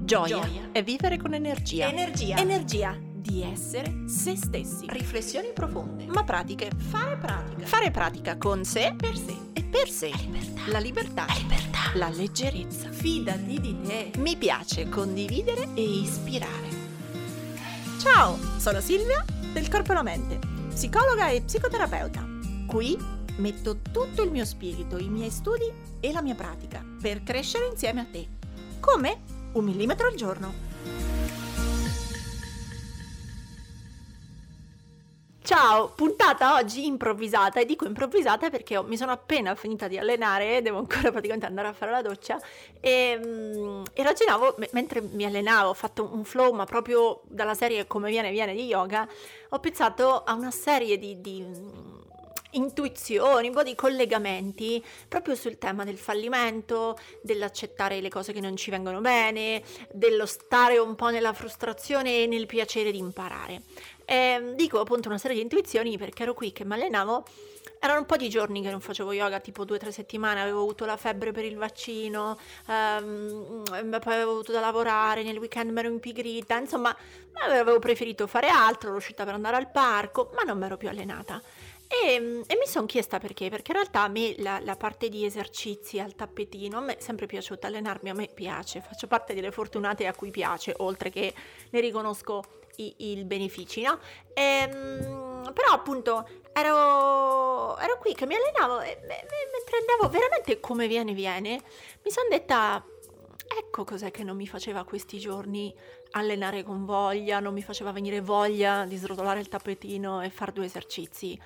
Gioia è vivere con energia. Energia di essere se stessi. Riflessioni profonde, ma pratiche. Fare pratica con sé, Per sé. e per sé. La libertà. La leggerezza. Fidati di te. Mi piace condividere e ispirare. Ciao, sono Silvia del Corpo e la Mente, psicologa e psicoterapeuta. Qui metto tutto il mio spirito, i miei studi e la mia pratica per crescere insieme a te. Come? 1 millimetro al giorno. Ciao, puntata oggi improvvisata, e dico improvvisata perché mi sono appena finita di allenare, devo ancora praticamente andare a fare la doccia e ragionavo, mentre mi allenavo, ho fatto un flow ma proprio dalla serie come viene di yoga, ho pensato a una serie di intuizioni, un po' di collegamenti proprio sul tema del fallimento, dell'accettare le cose che non ci vengono bene, dello stare un po' nella frustrazione e nel piacere di imparare. Dico appunto una serie di intuizioni perché ero qui che mi allenavo, erano un po' di giorni che non facevo yoga, tipo 2 o 3 settimane, avevo avuto la febbre per il vaccino, poi avevo avuto da lavorare, nel weekend mi ero impigrita, insomma avevo preferito fare altro, ero uscita per andare al parco, ma non mi ero più allenata. E mi sono chiesta perché in realtà a me la parte di esercizi al tappetino, a me è sempre piaciuta allenarmi, a me piace, faccio parte delle fortunate a cui piace, oltre che ne riconosco i benefici, no? Però appunto ero qui che mi allenavo e mentre andavo veramente come viene, mi sono detta, ecco cos'è che non mi faceva questi giorni allenare con voglia, non mi faceva venire voglia di srotolare il tappetino e fare 2 esercizi.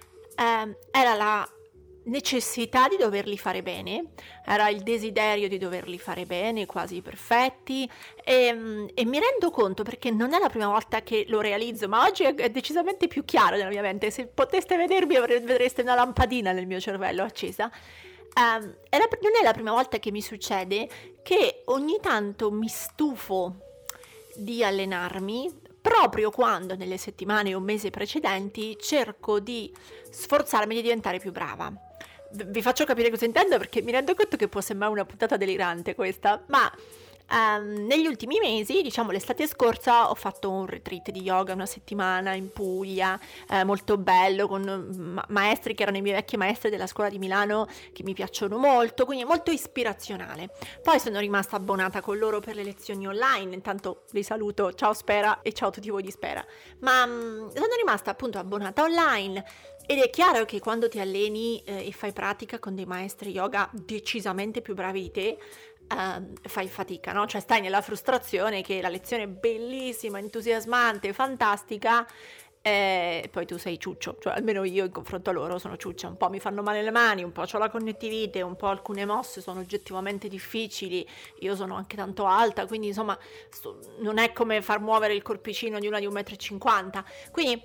Era la necessità di doverli fare bene, era il desiderio di doverli fare bene, quasi perfetti, e mi rendo conto, perché non è la prima volta che lo realizzo, ma oggi è decisamente più chiaro nella mia mente. Se poteste vedermi vedreste una lampadina nel mio cervello accesa. Non è la prima volta che mi succede che ogni tanto mi stufo di allenarmi, proprio quando nelle settimane o mesi precedenti cerco di sforzarmi di diventare più brava. Vi faccio capire cosa intendo, perché mi rendo conto che può sembrare una puntata delirante questa, ma negli ultimi mesi, diciamo l'estate scorsa, ho fatto un retreat di yoga 1 settimana in Puglia, molto bello, con maestri che erano i miei vecchi maestri della scuola di Milano, che mi piacciono molto, quindi molto ispirazionale. Poi sono rimasta abbonata con loro per le lezioni online, intanto li saluto, ciao Spera e ciao a tutti voi di Spera, ma sono rimasta appunto abbonata online. Ed è chiaro che quando ti alleni e fai pratica con dei maestri yoga decisamente più bravi di te, fai fatica, no? Cioè stai nella frustrazione che la lezione è bellissima, entusiasmante, fantastica, e poi tu sei ciuccio, cioè almeno io in confronto a loro sono ciuccia, un po' mi fanno male le mani, un po' ho la connettivite, un po' alcune mosse sono oggettivamente difficili, io sono anche tanto alta, quindi insomma non è come far muovere il corpicino di una di 1,50 m, quindi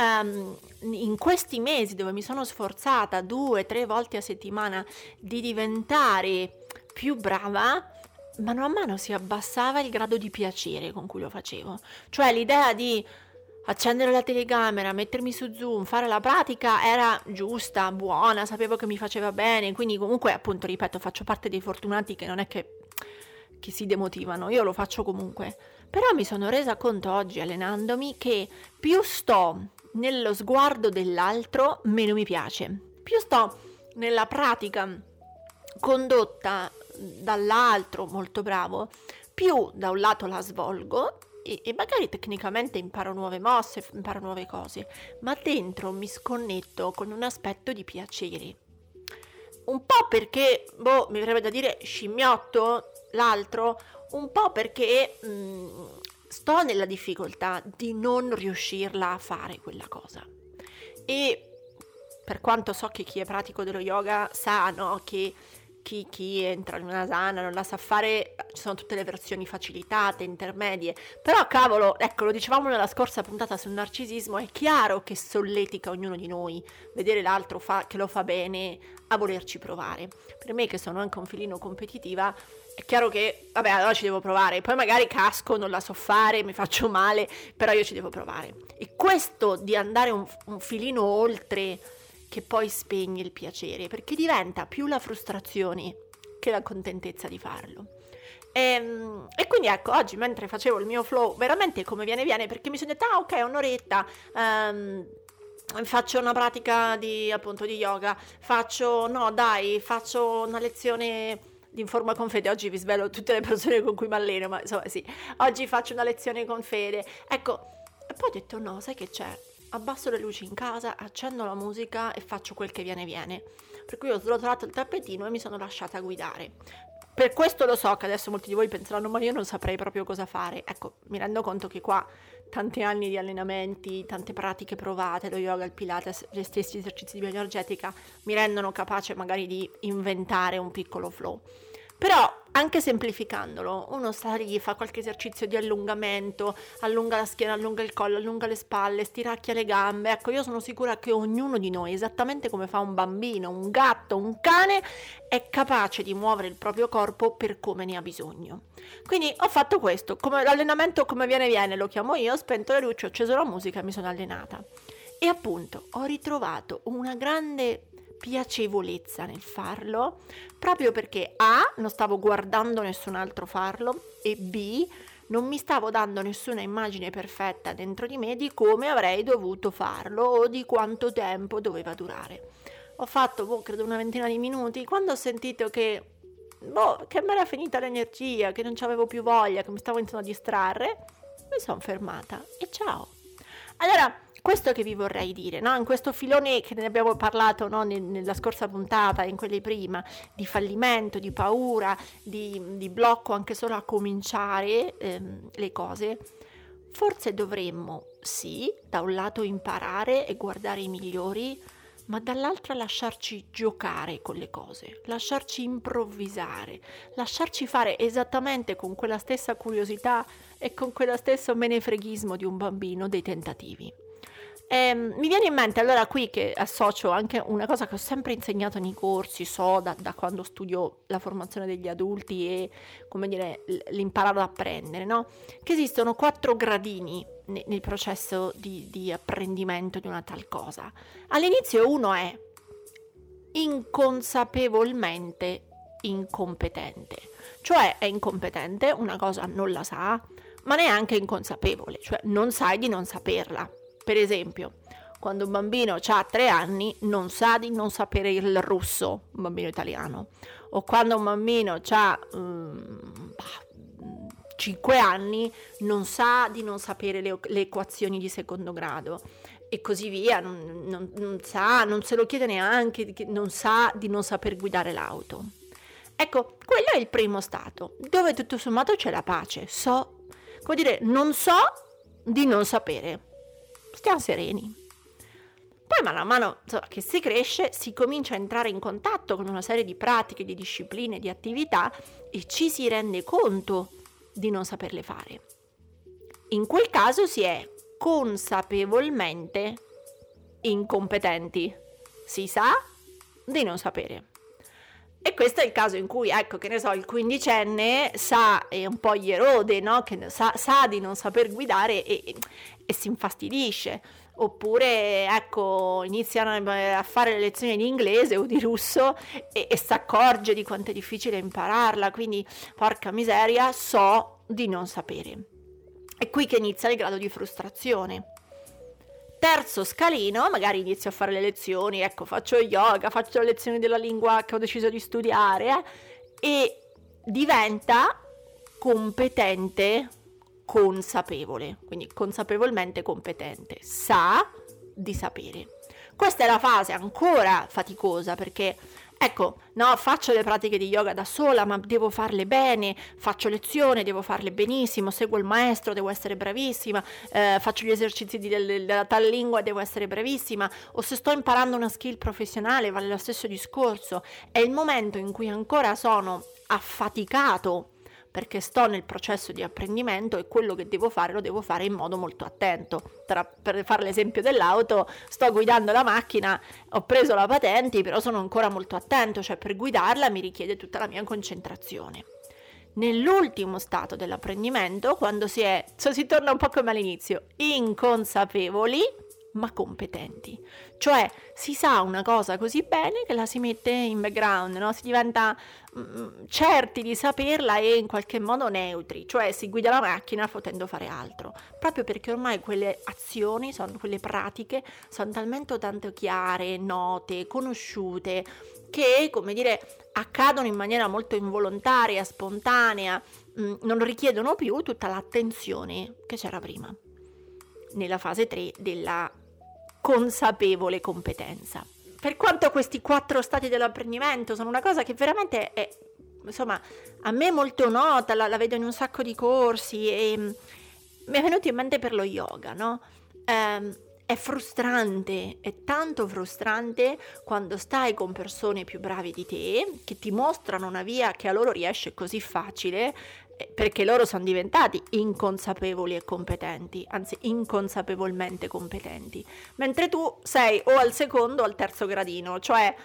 in questi mesi dove mi sono sforzata 2-3 volte a settimana di diventare più brava, mano a mano si abbassava il grado di piacere con cui lo facevo. Cioè l'idea di accendere la telecamera, mettermi su Zoom, fare la pratica era giusta, buona, sapevo che mi faceva bene, quindi comunque appunto, ripeto, faccio parte dei fortunati che non è che si demotivano, io lo faccio comunque. Però mi sono resa conto oggi allenandomi che più sto nello sguardo dell'altro, meno mi piace. Più sto nella pratica condotta dall'altro molto bravo, più da un lato la svolgo e magari tecnicamente imparo nuove mosse, imparo nuove cose, ma dentro mi sconnetto con un aspetto di piacere. Un po' perché, mi verrebbe da dire scimmiotto l'altro, un po' perché sto nella difficoltà di non riuscirla a fare quella cosa. E per quanto so che chi è pratico dello yoga sa, no, che chi entra in una asana non la sa fare, ci sono tutte le versioni facilitate, intermedie, però cavolo, ecco, lo dicevamo nella scorsa puntata sul narcisismo, è chiaro che solletica ognuno di noi vedere l'altro che lo fa bene a volerci provare. Per me, che sono anche un filino competitiva, è chiaro che, vabbè, allora ci devo provare, poi magari casco, non la so fare, mi faccio male, però io ci devo provare. E questo di andare un filino oltre, che poi spegne il piacere, perché diventa più la frustrazione che la contentezza di farlo. E quindi ecco, oggi mentre facevo il mio flow, veramente come viene, perché mi sono detta, ok, un'oretta, faccio una pratica appunto di yoga, faccio una lezione di Informa con Fede. Oggi vi svelo tutte le persone con cui mi alleno, ma insomma sì, oggi faccio una lezione con Fede, ecco. E poi ho detto, no, sai che c'è? Abbasso le luci in casa, accendo la musica e faccio quel che viene. Per cui ho srotolato il tappetino e mi sono lasciata guidare. Per questo lo so che adesso molti di voi penseranno, ma io non saprei proprio cosa fare. Ecco, mi rendo conto che qua tanti anni di allenamenti, tante pratiche provate, lo yoga, il pilates, gli stessi esercizi di bioenergetica mi rendono capace magari di inventare un piccolo flow. Però anche semplificandolo, uno sta lì, fa qualche esercizio di allungamento, allunga la schiena, allunga il collo, allunga le spalle, stiracchia le gambe. Ecco, io sono sicura che ognuno di noi, esattamente come fa un bambino, un gatto, un cane, è capace di muovere il proprio corpo per come ne ha bisogno. Quindi ho fatto questo, come l'allenamento come viene, lo chiamo io, ho spento le luci, ho acceso la musica e mi sono allenata. E appunto ho ritrovato una grande piacevolezza nel farlo, proprio perché A, non stavo guardando nessun altro farlo, e B, non mi stavo dando nessuna immagine perfetta dentro di me di come avrei dovuto farlo o di quanto tempo doveva durare. Ho fatto, credo una ventina di minuti, quando ho sentito che mi era finita l'energia, che non c'avevo più voglia, che mi stavo iniziando a distrarre, mi sono fermata e ciao. Allora, questo che vi vorrei dire, no? In questo filone che ne abbiamo parlato, no? Nella scorsa puntata, in quelle prima, di fallimento, di paura, di blocco anche solo a cominciare le cose, forse dovremmo, sì, da un lato imparare e guardare i migliori, ma dall'altra lasciarci giocare con le cose, lasciarci improvvisare, lasciarci fare esattamente con quella stessa curiosità e con quello stesso menefreghismo di un bambino dei tentativi. Mi viene in mente allora qui che associo anche una cosa che ho sempre insegnato nei corsi, da quando studio la formazione degli adulti e, come dire, l'imparare ad apprendere, no? Che esistono 4 gradini nel processo di apprendimento di una tal cosa. All'inizio uno è inconsapevolmente incompetente, cioè è incompetente, una cosa non la sa, ma neanche inconsapevole, cioè non sai di non saperla. Per esempio, quando un bambino ha 3 anni non sa di non sapere il russo, un bambino italiano, o quando un bambino ha 5 anni non sa di non sapere le equazioni di secondo grado e così via, non sa, non se lo chiede neanche, non sa di non saper guidare l'auto. Ecco, quello è il primo stato, dove tutto sommato c'è la pace, non so di non sapere. Stiamo sereni. Poi mano a mano che si cresce si comincia a entrare in contatto con una serie di pratiche, di discipline, di attività e ci si rende conto di non saperle fare. In quel caso si è consapevolmente incompetenti. Si sa di non sapere. E questo è il caso in cui, ecco, che ne so, il 15enne sa, e un po' gli erode, no? Che sa di non saper guidare e si infastidisce. Oppure, ecco, iniziano a fare le lezioni di inglese o di russo e si accorge di quanto è difficile impararla. Quindi, porca miseria, so di non sapere. È qui che inizia il grado di frustrazione. Terzo scalino, magari inizio a fare le lezioni, ecco, faccio yoga, faccio le lezioni della lingua che ho deciso di studiare e diventa competente, consapevole, quindi consapevolmente competente, sa di sapere. Questa è la fase ancora faticosa perché, ecco, no, faccio le pratiche di yoga da sola, ma devo farle bene, faccio lezione, devo farle benissimo, seguo il maestro, devo essere bravissima, faccio gli esercizi della tal lingua, devo essere bravissima, o se sto imparando una skill professionale vale lo stesso discorso. È il momento in cui ancora sono affaticato perché sto nel processo di apprendimento e quello che devo fare lo devo fare in modo molto attento. Per fare l'esempio dell'auto, sto guidando la macchina, ho preso la patente, però sono ancora molto attento, cioè per guidarla mi richiede tutta la mia concentrazione. Nell'ultimo stato dell'apprendimento, quando si torna un po' come all'inizio, inconsapevoli, ma competenti. Cioè si sa una cosa così bene che la si mette in background, no? Si diventa certi di saperla e in qualche modo neutri, cioè si guida la macchina potendo fare altro, proprio perché ormai quelle azioni, quelle pratiche sono talmente tanto chiare, note, conosciute, che, come dire, accadono in maniera molto involontaria, spontanea, non richiedono più tutta l'attenzione che c'era prima, nella fase 3 della consapevole competenza. Per quanto questi 4 stati dell'apprendimento sono una cosa che veramente è, insomma, a me molto nota, la vedo in un sacco di corsi e mi è venuto in mente per lo yoga, no? È frustrante, è tanto frustrante quando stai con persone più bravi di te, che ti mostrano una via che a loro riesce così facile, perché loro sono diventati inconsapevoli e competenti, anzi inconsapevolmente competenti, mentre tu sei o al secondo o al terzo gradino, cioè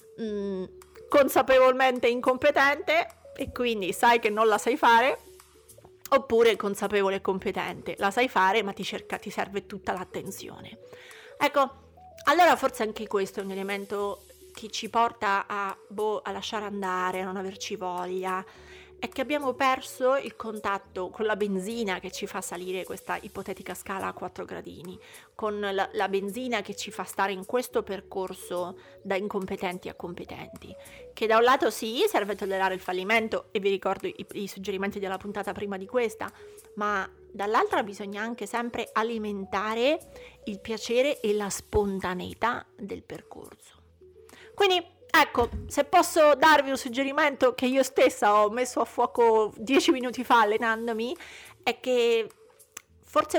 consapevolmente incompetente e quindi sai che non la sai fare, oppure consapevole e competente, la sai fare ma ti serve tutta l'attenzione. Ecco, allora forse anche questo è un elemento che ci porta a lasciare andare, a non averci voglia, è che abbiamo perso il contatto con la benzina che ci fa salire questa ipotetica scala a 4 gradini, con la benzina che ci fa stare in questo percorso da incompetenti a competenti, che da un lato sì, serve a tollerare il fallimento, e vi ricordo i suggerimenti della puntata prima di questa, ma dall'altra bisogna anche sempre alimentare il piacere e la spontaneità del percorso. Quindi ecco, se posso darvi un suggerimento che io stessa ho messo a fuoco 10 minuti fa allenandomi, è che forse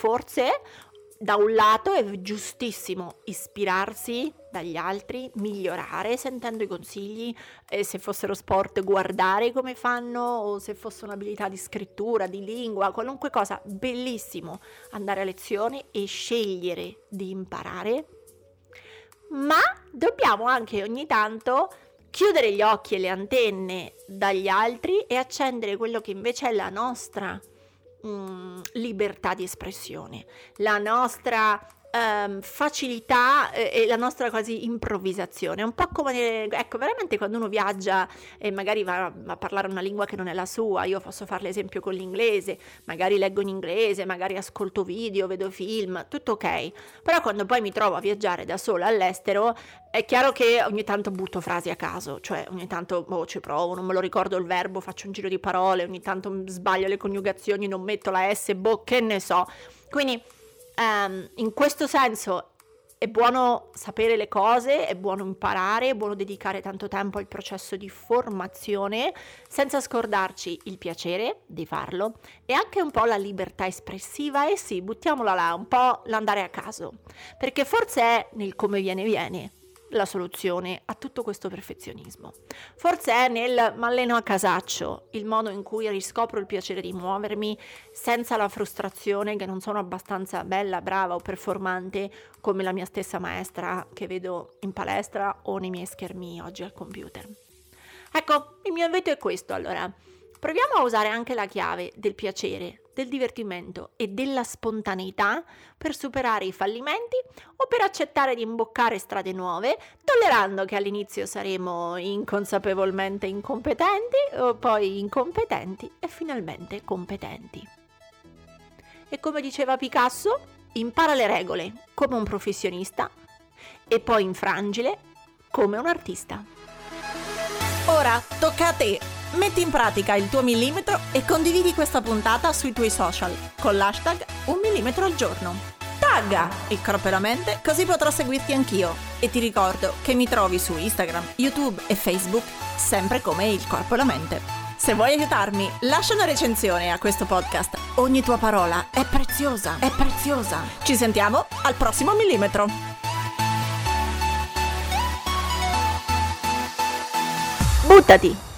da un lato è giustissimo ispirarsi dagli altri, migliorare sentendo i consigli, se fossero sport guardare come fanno, o se fosse un'abilità di scrittura, di lingua, qualunque cosa, bellissimo andare a lezione e scegliere di imparare. Ma dobbiamo anche ogni tanto chiudere gli occhi e le antenne dagli altri e accendere quello che invece è la nostra libertà di espressione, la nostra facilità e la nostra quasi improvvisazione. Un po' come, ecco, veramente quando uno viaggia e magari va a parlare una lingua che non è la sua. Io posso fare l'esempio con l'inglese, magari leggo in inglese, magari ascolto video, vedo film, tutto ok, però quando poi mi trovo a viaggiare da sola all'estero è chiaro che ogni tanto butto frasi a caso, cioè ogni tanto ci provo, non me lo ricordo il verbo, faccio un giro di parole, ogni tanto sbaglio le coniugazioni, non metto la S, che ne so. Quindi in questo senso è buono sapere le cose, è buono imparare, è buono dedicare tanto tempo al processo di formazione, senza scordarci il piacere di farlo e anche un po' la libertà espressiva, e sì, buttiamola là, un po' l'andare a caso, perché forse è nel come viene la soluzione a tutto questo perfezionismo. Forse è nel m'alleno a casaccio, il modo in cui riscopro il piacere di muovermi senza la frustrazione che non sono abbastanza bella, brava o performante come la mia stessa maestra che vedo in palestra o nei miei schermi oggi al computer. Ecco, il mio invito è questo allora. Proviamo a usare anche la chiave del piacere, del divertimento e della spontaneità per superare i fallimenti o per accettare di imboccare strade nuove, tollerando che all'inizio saremo inconsapevolmente incompetenti, o poi incompetenti e finalmente competenti. E come diceva Picasso, impara le regole come un professionista e poi infrangile come un artista. Ora tocca a te! Metti in pratica il tuo millimetro e condividi questa puntata sui tuoi social con l'hashtag 1 millimetro al giorno. Tagga il Corpo e la Mente, così potrò seguirti anch'io. E ti ricordo che mi trovi su Instagram, YouTube e Facebook sempre come il Corpo e la Mente. Se vuoi aiutarmi, lascia una recensione a questo podcast. Ogni tua parola è preziosa, è preziosa. Ci sentiamo al prossimo millimetro. Buttati!